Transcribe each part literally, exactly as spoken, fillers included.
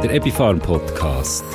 der Epipharm Podcast.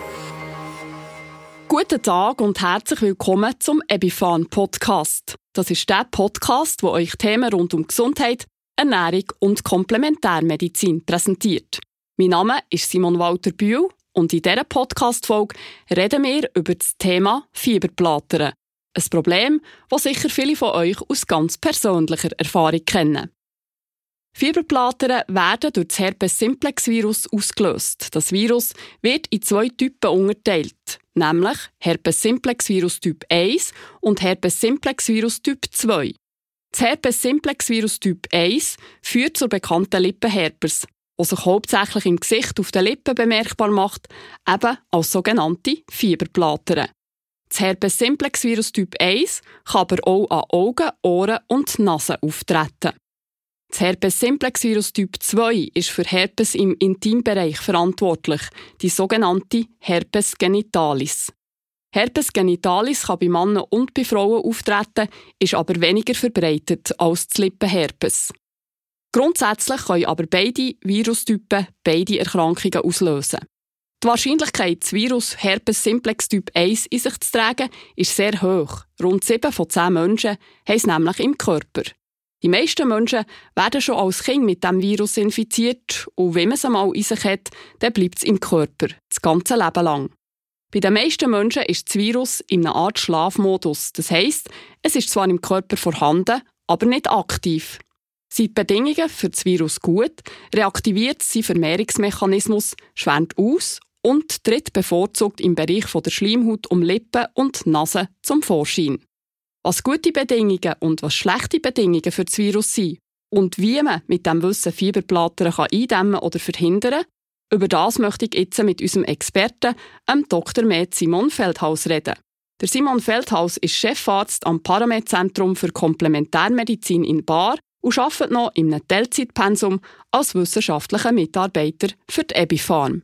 Guten Tag und herzlich willkommen zum Epipharm Podcast. Das ist der Podcast, der euch Themen rund um Gesundheit, Ernährung und Komplementärmedizin präsentiert. Mein Name ist Simon Walter Bühl und in dieser Podcast-Folge reden wir über das Thema Fieberplattern. Ein Problem, das sicher viele von euch aus ganz persönlicher Erfahrung kennen. Fieberplattern werden durch das Herpes-Simplex-Virus ausgelöst. Das Virus wird in zwei Typen unterteilt, nämlich Herpes-Simplex-Virus Typ eins und Herpes-Simplex-Virus Typ zwei. Das Herpes-Simplex-Virus Typ eins führt zur bekannten Lippenherpes, die sich hauptsächlich im Gesicht auf den Lippen bemerkbar macht, eben als sogenannte Fieberplattern. Das Herpes-Simplex-Virus Typ eins kann aber auch an Augen, Ohren und Nase auftreten. Das Herpes-Simplex-Virus Typ zwei ist für Herpes im Intimbereich verantwortlich, die sogenannte Herpes genitalis. Herpes genitalis kann bei Männern und bei Frauen auftreten, ist aber weniger verbreitet als das Lippenherpes. Grundsätzlich können aber beide Virustypen beide Erkrankungen auslösen. Die Wahrscheinlichkeit, das Virus Herpes Simplex Typ eins in sich zu tragen, ist sehr hoch. Rund sieben von zehn Menschen haben es nämlich im Körper. Die meisten Menschen werden schon als Kind mit diesem Virus infiziert und wenn man es einmal in sich hat, dann bleibt es im Körper, das ganze Leben lang. Bei den meisten Menschen ist das Virus in einer Art Schlafmodus. Das heisst, es ist zwar im Körper vorhanden, aber nicht aktiv. Sind die Bedingungen für das Virus gut, reaktiviert es seinen Vermehrungsmechanismus, schwärmt aus und tritt bevorzugt im Bereich der Schleimhaut um Lippen und Nase zum Vorschein. Was gute Bedingungen und was schlechte Bedingungen für das Virus sind und wie man mit dem Wissen Fieberplattern eindämmen oder verhindern kann, über das möchte ich jetzt mit unserem Experten, dem Doktor Med Simon Feldhaus, reden. Der Simon Feldhaus ist Chefarzt am Paramed-Zentrum für Komplementärmedizin in Baar und arbeitet noch in einem Teilzeitpensum als wissenschaftlicher Mitarbeiter für die Epipharm.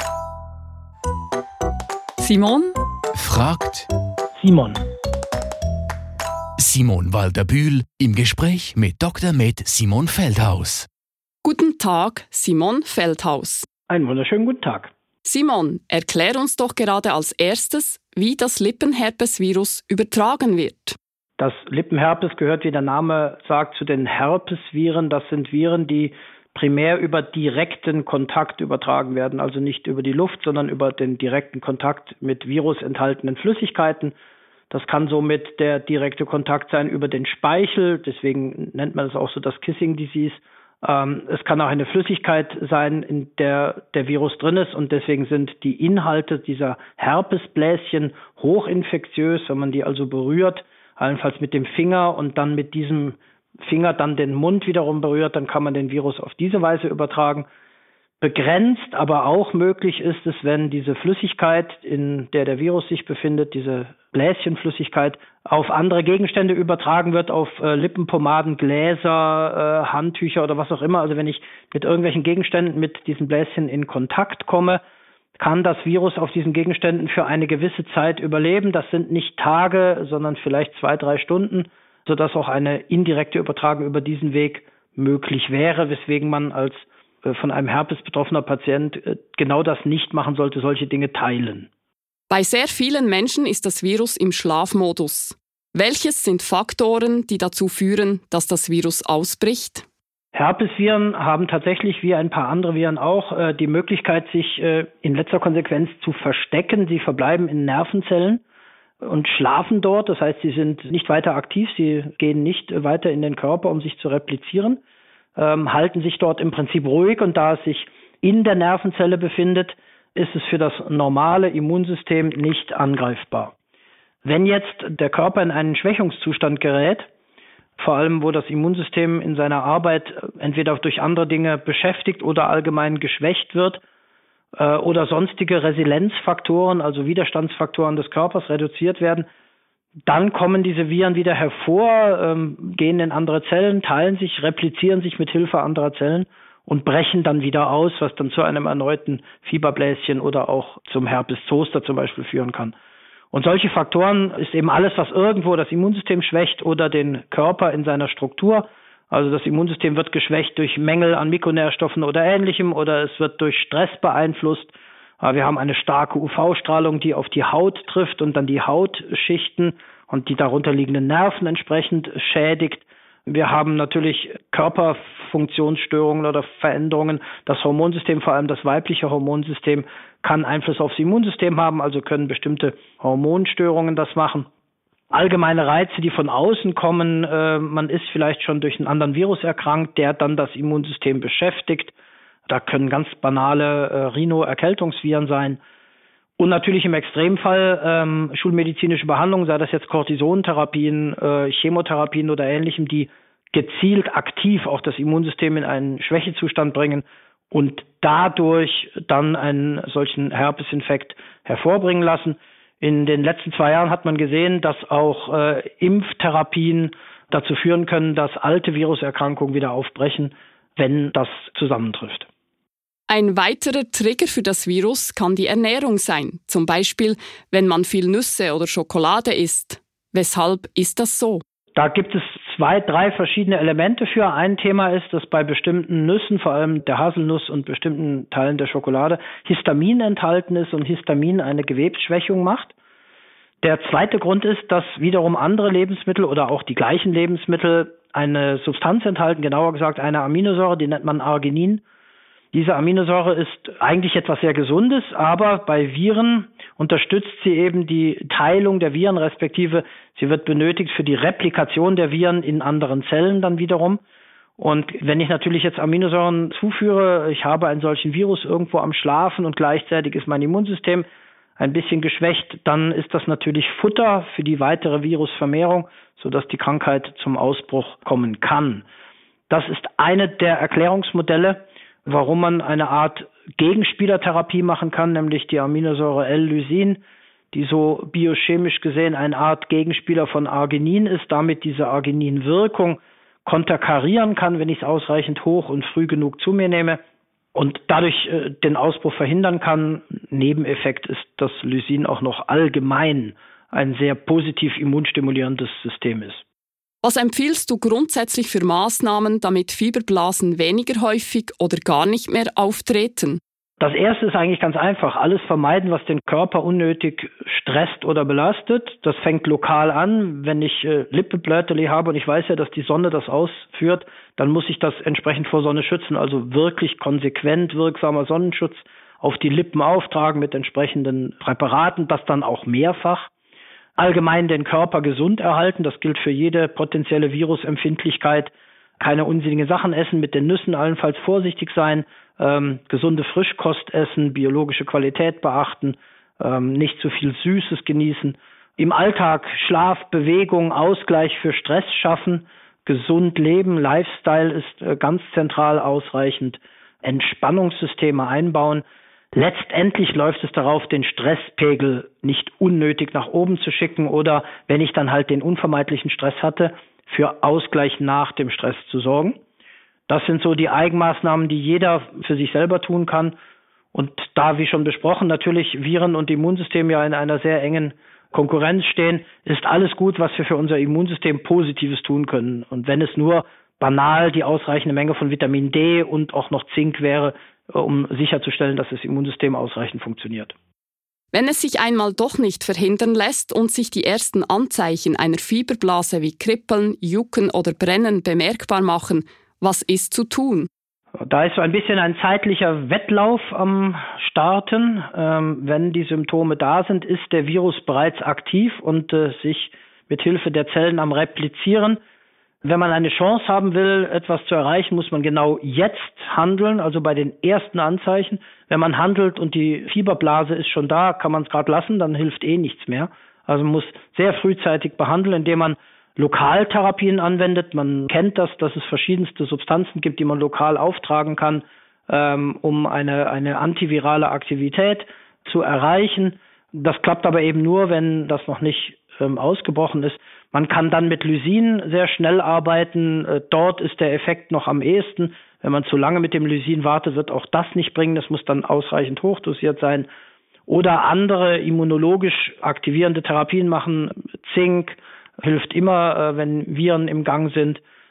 Simon fragt Simon. Simon Walter Bühl im Gespräch mit Doktor Med Simon Feldhaus. Guten Tag, Simon Feldhaus. Einen wunderschönen guten Tag. Simon, erklär uns doch gerade als erstes, wie das Lippenherpesvirus übertragen wird. Das Lippenherpes gehört, wie der Name sagt, zu den Herpesviren. Das sind Viren, die primär über direkten Kontakt übertragen werden, also nicht über die Luft, sondern über den direkten Kontakt mit virusenthaltenen Flüssigkeiten. Das kann somit der direkte Kontakt sein über den Speichel, deswegen nennt man das auch so das Kissing Disease. Ähm, es kann auch eine Flüssigkeit sein, in der der Virus drin ist und deswegen sind die Inhalte dieser Herpesbläschen hochinfektiös, wenn man die also berührt, allenfalls mit dem Finger und dann mit diesem Finger dann den Mund wiederum berührt, dann kann man den Virus auf diese Weise übertragen. Begrenzt, aber auch möglich ist es, wenn diese Flüssigkeit, in der der Virus sich befindet, diese Bläschenflüssigkeit, auf andere Gegenstände übertragen wird, auf äh, Lippenpomaden, Gläser, äh, Handtücher oder was auch immer. Also wenn ich mit irgendwelchen Gegenständen mit diesen Bläschen in Kontakt komme, kann das Virus auf diesen Gegenständen für eine gewisse Zeit überleben. Das sind nicht Tage, sondern vielleicht zwei, drei Stunden, sodass auch eine indirekte Übertragung über diesen Weg möglich wäre, weswegen man als von einem Herpes betroffener Patient genau das nicht machen sollte, solche Dinge teilen. Bei sehr vielen Menschen ist das Virus im Schlafmodus. Welches sind Faktoren, die dazu führen, dass das Virus ausbricht? Herpesviren haben tatsächlich, wie ein paar andere Viren auch, die Möglichkeit, sich in letzter Konsequenz zu verstecken. Sie verbleiben in Nervenzellen und schlafen dort. Das heißt, sie sind nicht weiter aktiv, sie gehen nicht weiter in den Körper, um sich zu replizieren. Ähm, halten sich dort im Prinzip ruhig und da es sich in der Nervenzelle befindet, ist es für das normale Immunsystem nicht angreifbar. Wenn jetzt der Körper in einen Schwächungszustand gerät, vor allem wo das Immunsystem in seiner Arbeit entweder durch andere Dinge beschäftigt oder allgemein geschwächt wird äh, oder sonstige Resilienzfaktoren, also Widerstandsfaktoren des Körpers reduziert werden, dann kommen diese Viren wieder hervor, ähm, gehen in andere Zellen, teilen sich, replizieren sich mit Hilfe anderer Zellen und brechen dann wieder aus, was dann zu einem erneuten Fieberbläschen oder auch zum Herpes zoster zum Beispiel führen kann. Und solche Faktoren ist eben alles, was irgendwo das Immunsystem schwächt oder den Körper in seiner Struktur Also das Immunsystem wird geschwächt durch Mängel an Mikronährstoffen oder Ähnlichem oder es wird durch Stress beeinflusst. Wir haben eine starke U V-Strahlung, die auf die Haut trifft und dann die Hautschichten und die darunter liegenden Nerven entsprechend schädigt. Wir haben natürlich Körperfunktionsstörungen oder Veränderungen. Das Hormonsystem, vor allem das weibliche Hormonsystem, kann Einfluss aufs Immunsystem haben, also können bestimmte Hormonstörungen das machen. Allgemeine Reize, die von außen kommen, äh, man ist vielleicht schon durch einen anderen Virus erkrankt, der dann das Immunsystem beschäftigt. Da können ganz banale äh, Rhino-Erkältungsviren sein. Und natürlich im Extremfall ähm, schulmedizinische Behandlung, sei das jetzt Cortisontherapien, äh, Chemotherapien oder Ähnlichem, die gezielt aktiv auch das Immunsystem in einen Schwächezustand bringen und dadurch dann einen solchen Herpesinfekt hervorbringen lassen. In den letzten zwei Jahren hat man gesehen, dass auch äh, Impftherapien dazu führen können, dass alte Viruserkrankungen wieder aufbrechen, wenn das zusammentrifft. Ein weiterer Trigger für das Virus kann die Ernährung sein. Zum Beispiel, wenn man viel Nüsse oder Schokolade isst. Weshalb ist das so? Da gibt es zwei, drei verschiedene Elemente für. Ein Thema ist, dass bei bestimmten Nüssen, vor allem der Haselnuss und bestimmten Teilen der Schokolade, Histamin enthalten ist und Histamin eine Gewebsschwächung macht. Der zweite Grund ist, dass wiederum andere Lebensmittel oder auch die gleichen Lebensmittel eine Substanz enthalten, genauer gesagt eine Aminosäure, die nennt man Arginin. Diese Aminosäure ist eigentlich etwas sehr Gesundes, aber bei Viren unterstützt sie eben die Teilung der Viren, respektive sie wird benötigt für die Replikation der Viren in anderen Zellen dann wiederum. Und wenn ich natürlich jetzt Aminosäuren zuführe, ich habe einen solchen Virus irgendwo am Schlafen und gleichzeitig ist mein Immunsystem ein bisschen geschwächt, dann ist das natürlich Futter für die weitere Virusvermehrung, sodass die Krankheit zum Ausbruch kommen kann. Das ist eine der Erklärungsmodelle, warum man eine Art Gegenspielertherapie machen kann, nämlich die Aminosäure L-Lysin, die so biochemisch gesehen eine Art Gegenspieler von Arginin ist, damit diese Arginin-Wirkung konterkarieren kann, wenn ich es ausreichend hoch und früh genug zu mir nehme und dadurch äh, den Ausbruch verhindern kann. Nebeneffekt ist, dass Lysin auch noch allgemein ein sehr positiv immunstimulierendes System ist. Was empfiehlst du grundsätzlich für Maßnahmen, damit Fieberblasen weniger häufig oder gar nicht mehr auftreten? Das erste ist eigentlich ganz einfach. Alles vermeiden, was den Körper unnötig stresst oder belastet. Das fängt lokal an. Wenn ich äh, Lippenblätteli habe und ich weiß ja, dass die Sonne das ausführt, dann muss ich das entsprechend vor Sonne schützen. Also wirklich konsequent wirksamer Sonnenschutz auf die Lippen auftragen mit entsprechenden Präparaten, das dann auch mehrfach. Allgemein den Körper gesund erhalten, das gilt für jede potenzielle Virusempfindlichkeit. Keine unsinnigen Sachen essen, mit den Nüssen allenfalls vorsichtig sein, ähm, gesunde Frischkost essen, biologische Qualität beachten, ähm, nicht zu viel Süßes genießen. Im Alltag Schlaf, Bewegung, Ausgleich für Stress schaffen, gesund leben, Lifestyle ist äh, ganz zentral ausreichend, Entspannungssysteme einbauen. Letztendlich läuft es darauf, den Stresspegel nicht unnötig nach oben zu schicken oder, wenn ich dann halt den unvermeidlichen Stress hatte, für Ausgleich nach dem Stress zu sorgen. Das sind so die Eigenmaßnahmen, die jeder für sich selber tun kann. Und da, wie schon besprochen, natürlich Viren und Immunsystem ja in einer sehr engen Konkurrenz stehen, ist alles gut, was wir für unser Immunsystem Positives tun können. Und wenn es nur banal die ausreichende Menge von Vitamin D und auch noch Zink wäre, um sicherzustellen, dass das Immunsystem ausreichend funktioniert. Wenn es sich einmal doch nicht verhindern lässt und sich die ersten Anzeichen einer Fieberblase wie Kribbeln, Jucken oder Brennen bemerkbar machen, was ist zu tun? Da ist so ein bisschen ein zeitlicher Wettlauf am Starten. Ähm, wenn die Symptome da sind, ist der Virus bereits aktiv und äh, sich mit Hilfe der Zellen am Replizieren. Wenn man eine Chance haben will, etwas zu erreichen, muss man genau jetzt handeln, also bei den ersten Anzeichen. Wenn man handelt und die Fieberblase ist schon da, kann man es gerade lassen, dann hilft eh nichts mehr. Also man muss sehr frühzeitig behandeln, indem man Lokaltherapien anwendet. Man kennt das, dass es verschiedenste Substanzen gibt, die man lokal auftragen kann, ähm, um eine, eine antivirale Aktivität zu erreichen. Das klappt aber eben nur, wenn das noch nicht ähm, ausgebrochen ist. Man kann dann mit Lysin sehr schnell arbeiten. Äh, dort ist der Effekt noch am ehesten. Wenn man zu lange mit dem Lysin wartet, wird auch das nicht bringen. Das muss dann ausreichend hochdosiert sein. Oder andere immunologisch aktivierende Therapien machen. Zink hilft immer, äh, wenn Viren im Gang sind.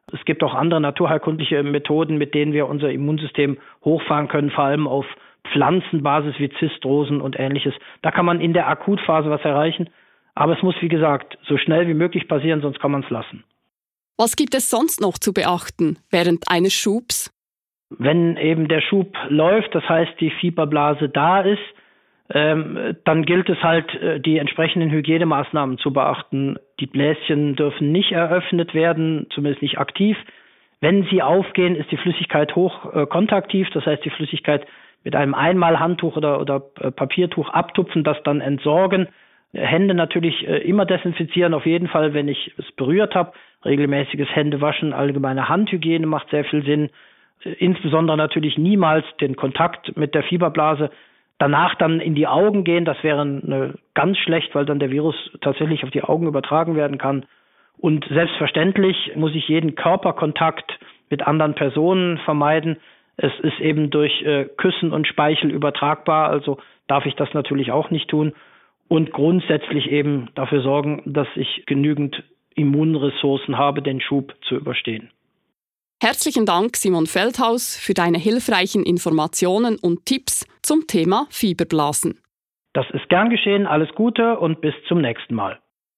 Es gibt auch andere naturheilkundliche Methoden, mit denen wir unser Immunsystem hochfahren können, vor allem auf Pflanzenbasis wie Zistrosen und Ähnliches. Da kann man in der Akutphase was erreichen. Aber es muss, wie gesagt, so schnell wie möglich passieren, sonst kann man es lassen. Was gibt es sonst noch zu beachten während eines Schubs? Wenn eben der Schub läuft, das heißt die Fieberblase da ist, ähm, dann gilt es halt, die entsprechenden Hygienemaßnahmen zu beachten. Die Bläschen dürfen nicht eröffnet werden, zumindest nicht aktiv. Wenn sie aufgehen, ist die Flüssigkeit hochkontaktiv, das heißt die Flüssigkeit mit einem Einmalhandtuch oder, oder Papiertuch abtupfen, das dann entsorgen. Hände natürlich immer desinfizieren, auf jeden Fall, wenn ich es berührt habe. Regelmäßiges Händewaschen, allgemeine Handhygiene macht sehr viel Sinn. Insbesondere natürlich niemals den Kontakt mit der Fieberblase. Danach dann in die Augen gehen, das wäre eine, ganz schlecht, weil dann der Virus tatsächlich auf die Augen übertragen werden kann. Und selbstverständlich muss ich jeden Körperkontakt mit anderen Personen vermeiden. Es ist eben durch äh, Küssen und Speichel übertragbar, also darf ich das natürlich auch nicht tun. Und grundsätzlich eben dafür sorgen, dass ich genügend Immunressourcen habe, den Schub zu überstehen. Herzlichen Dank, Simon Feldhaus, für deine hilfreichen Informationen und Tipps zum Thema Fieberblasen. Das ist gern geschehen, alles Gute und bis zum nächsten Mal.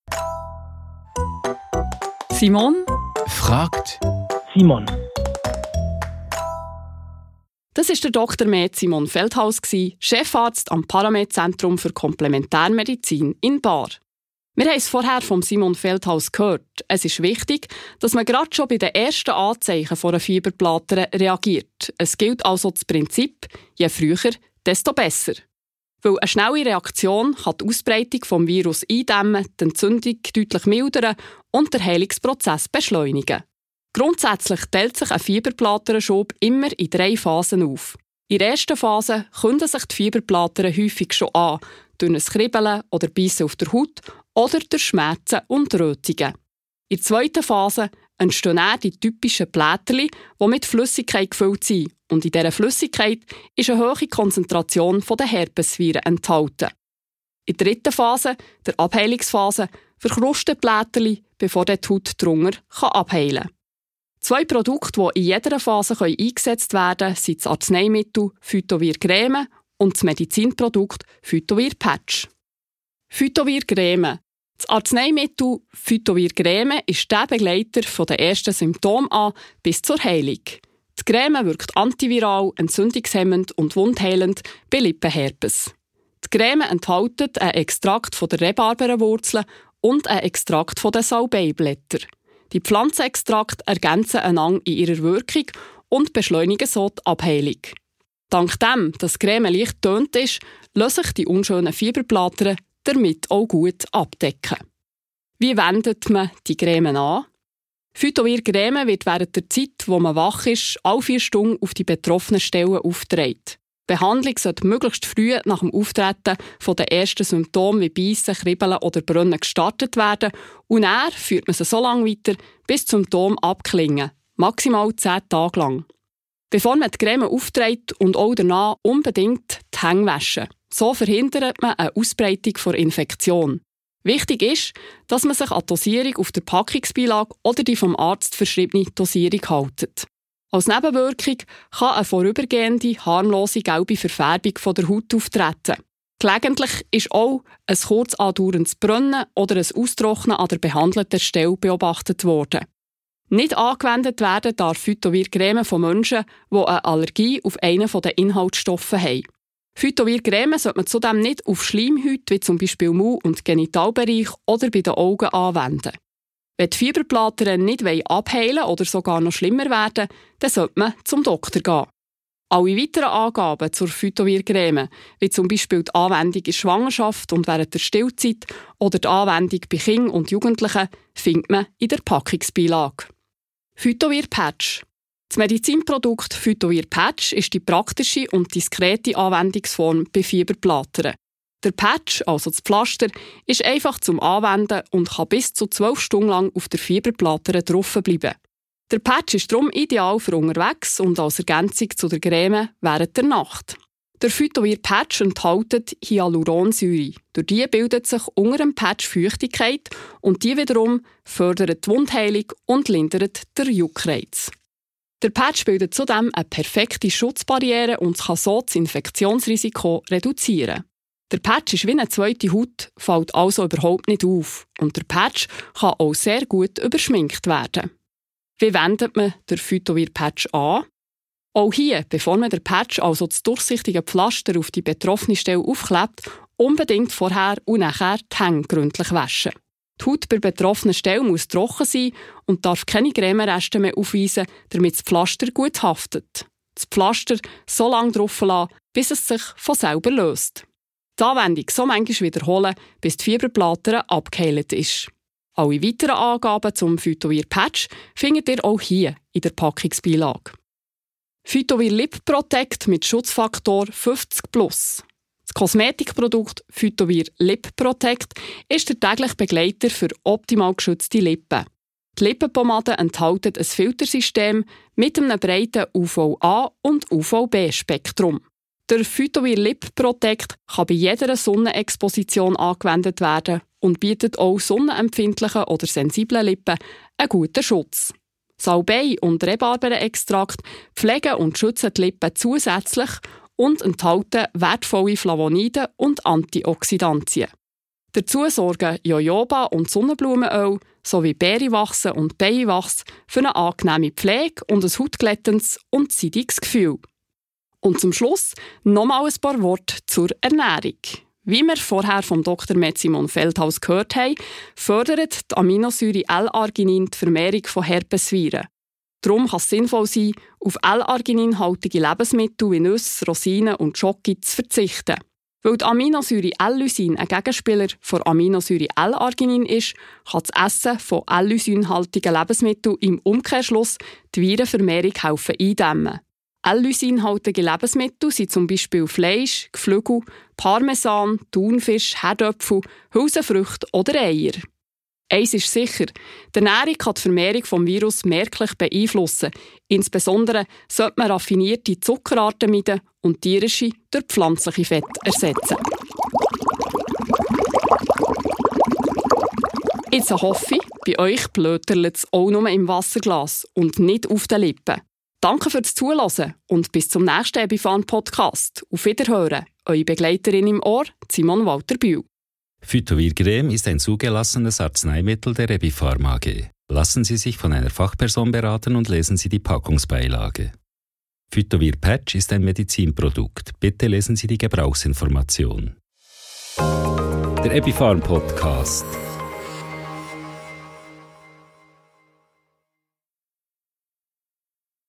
Simon fragt Simon. Das ist der Doktor Med Simon Feldhaus, Chefarzt am Paramed-Zentrum für Komplementärmedizin in Baar. Wir haben es vorher vom Simon Feldhaus gehört. Es ist wichtig, dass man gerade schon bei den ersten Anzeichen von einer Fieberblase reagiert. Es gilt also das Prinzip, je früher, desto besser. Weil eine schnelle Reaktion kann die Ausbreitung des Virus eindämmen, die Entzündung deutlich mildern und den Heilungsprozess beschleunigen. Grundsätzlich teilt sich ein Fieberblasenschub immer in drei Phasen auf. In der ersten Phase kündigen sich die Fieberblasen häufig schon an, durch ein Kribbeln oder Beißen auf der Haut oder durch Schmerzen und Rötungen. In der zweiten Phase entstehen dann die typischen Bläterchen, die mit Flüssigkeit gefüllt sind. Und in dieser Flüssigkeit ist eine hohe Konzentration der Herpesviren enthalten. In der dritten Phase, der Abheilungsphase, verkrusten die Bläterchen, bevor die Haut drunter abheilen kann. Zwei Produkte, die in jeder Phase eingesetzt werden können, sind das Arzneimittel Phytovir Creme und das Medizinprodukt Phytovir Patch. Phytovir Creme. Das Arzneimittel Phytovir Creme ist der Begleiter von den ersten Symptomen an bis zur Heilung. Die Creme wirkt antiviral, entzündungshemmend und wundheilend bei Lippenherpes. Die Creme enthält einen Extrakt von der Rhabarberwurzel und einen Extrakt von den Salbeiblättern. Die Pflanzenextrakte ergänzen einander in ihrer Wirkung und beschleunigen so die Abheilung. Dank dem, dass die Creme leicht tönt ist, lassen sich die unschönen Fieberblasen damit auch gut abdecken. Wie wendet man die Creme an? Phytovir Creme wird während der Zeit, wo man wach ist, alle vier Stunden auf die betroffenen Stellen aufgetragen. Die Behandlung sollte möglichst früh nach dem Auftreten der ersten Symptome wie Beißen, Kribbeln oder Brennen gestartet werden und dann führt man sie so lange weiter, bis die Symptome abklingen, maximal zehn Tage lang. Bevor man die Creme aufträgt und auch danach unbedingt die Hände waschen. So verhindert man eine Ausbreitung der Infektion. Wichtig ist, dass man sich an die Dosierung auf der Packungsbeilage oder die vom Arzt verschriebene Dosierung hält. Als Nebenwirkung kann eine vorübergehende, harmlose gelbe Verfärbung von der Haut auftreten. Gelegentlich ist auch ein kurz andauerndes Brennen oder ein Austrocknen an der behandelten Stelle beobachtet worden. Nicht angewendet werden darf Phytovir Creme von Menschen, die eine Allergie auf einen der Inhaltsstoffe haben. Phytovir Creme sollte man zudem nicht auf Schleimhäute wie zum Beispiel Mund- und Genitalbereich oder bei den Augen anwenden. Wenn die Fieberblasen nicht abheilen oder sogar noch schlimmer werden, dann sollte man zum Doktor gehen. Alle weiteren Angaben zur Phytovir Creme, wie zum Beispiel die Anwendung in der Schwangerschaft und während der Stillzeit oder die Anwendung bei Kindern und Jugendlichen, findet man in der Packungsbeilage. Phytovir Patch. Das Medizinprodukt Phytovir Patch ist die praktische und diskrete Anwendungsform bei Fieberblasen. Der Patch, also das Pflaster, ist einfach zum Anwenden und kann bis zu zwölf Stunden lang auf der Fieberblase drauf bleiben. Der Patch ist darum ideal für unterwegs und als Ergänzung zu der Creme während der Nacht. Der Phytovir-Patch enthält Hyaluronsäure. Durch die bildet sich unter dem Patch Feuchtigkeit und die wiederum fördert die Wundheilung und lindert den Juckreiz. Der Patch bildet zudem eine perfekte Schutzbarriere und kann so das Infektionsrisiko reduzieren. Der Patch ist wie eine zweite Haut, fällt also überhaupt nicht auf. Und der Patch kann auch sehr gut überschminkt werden. Wie wendet man den Phytovir-Patch an? Auch hier, bevor man den Patch, also das durchsichtige Pflaster, auf die betroffene Stelle aufklebt, unbedingt vorher und nachher die Hände gründlich waschen. Die Haut bei der betroffenen Stelle muss trocken sein und darf keine Cremereste mehr aufweisen, damit das Pflaster gut haftet. Das Pflaster so lange drauf lassen, bis es sich von selber löst. Die Anwendung so manchmal wiederholen, bis die Fieberplatte abgeheilt ist. Alle weiteren Angaben zum Phytovir-Patch findet ihr auch hier in der Packungsbeilage. Phytovir Lip Protect mit Schutzfaktor fünfzig plus. Das Kosmetikprodukt Phytovir Lip Protect ist der tägliche Begleiter für optimal geschützte Lippen. Die Lippenpomade enthält ein Filtersystem mit einem breiten U V A- und U V B-Spektrum. Der Phytovir Lip Protect kann bei jeder Sonnenexposition angewendet werden und bietet auch sonnenempfindlichen oder sensiblen Lippen einen guten Schutz. Salbei- und Rhabarberextrakt pflegen und schützen die Lippen zusätzlich und enthalten wertvolle Flavonide und Antioxidantien. Dazu sorgen Jojoba und Sonnenblumenöl sowie Beerewachse und Bienenwachs für eine angenehme Pflege und ein hautglättendes und seidiges Gefühl. Und zum Schluss nochmal ein paar Worte zur Ernährung. Wie wir vorher vom Doktor Med Simon Feldhaus gehört haben, fördert die Aminosäure L-Arginin die Vermehrung von Herpesviren. Darum kann es sinnvoll sein, auf L-Arginin-haltige Lebensmittel wie Nüsse, Rosinen und Schoki zu verzichten. Weil die Aminosäure L-Lysin ein Gegenspieler von Aminosäure L-Arginin ist, kann das Essen von L-Lysin-haltigen Lebensmitteln im Umkehrschluss die Virenvermehrung helfen eindämmen. L-Lysin-haltige Lebensmittel sind zum Beispiel Fleisch, Geflügel, Parmesan, Thunfisch, Herdöpfel, Hülsenfrüchte oder Eier. Eins ist sicher, die Ernährung kann die Vermehrung des Virus merklich beeinflussen. Insbesondere sollte man raffinierte Zuckerarten meiden und tierische durch pflanzliche Fette ersetzen. Jetzt hoffe ich, bei euch blöterlet es auch nur im Wasserglas und nicht auf den Lippen. Danke fürs Zuhören und bis zum nächsten Ebifan-Podcast. Auf Wiederhören, eure Begleiterin im Ohr, Simon Walter Bühl. Phytovir Creme ist ein zugelassenes Arzneimittel der Ebipharm A G. Lassen Sie sich von einer Fachperson beraten und lesen Sie die Packungsbeilage. Phytovir Patch ist ein Medizinprodukt. Bitte lesen Sie die Gebrauchsinformation. Der Ebipharm Podcast.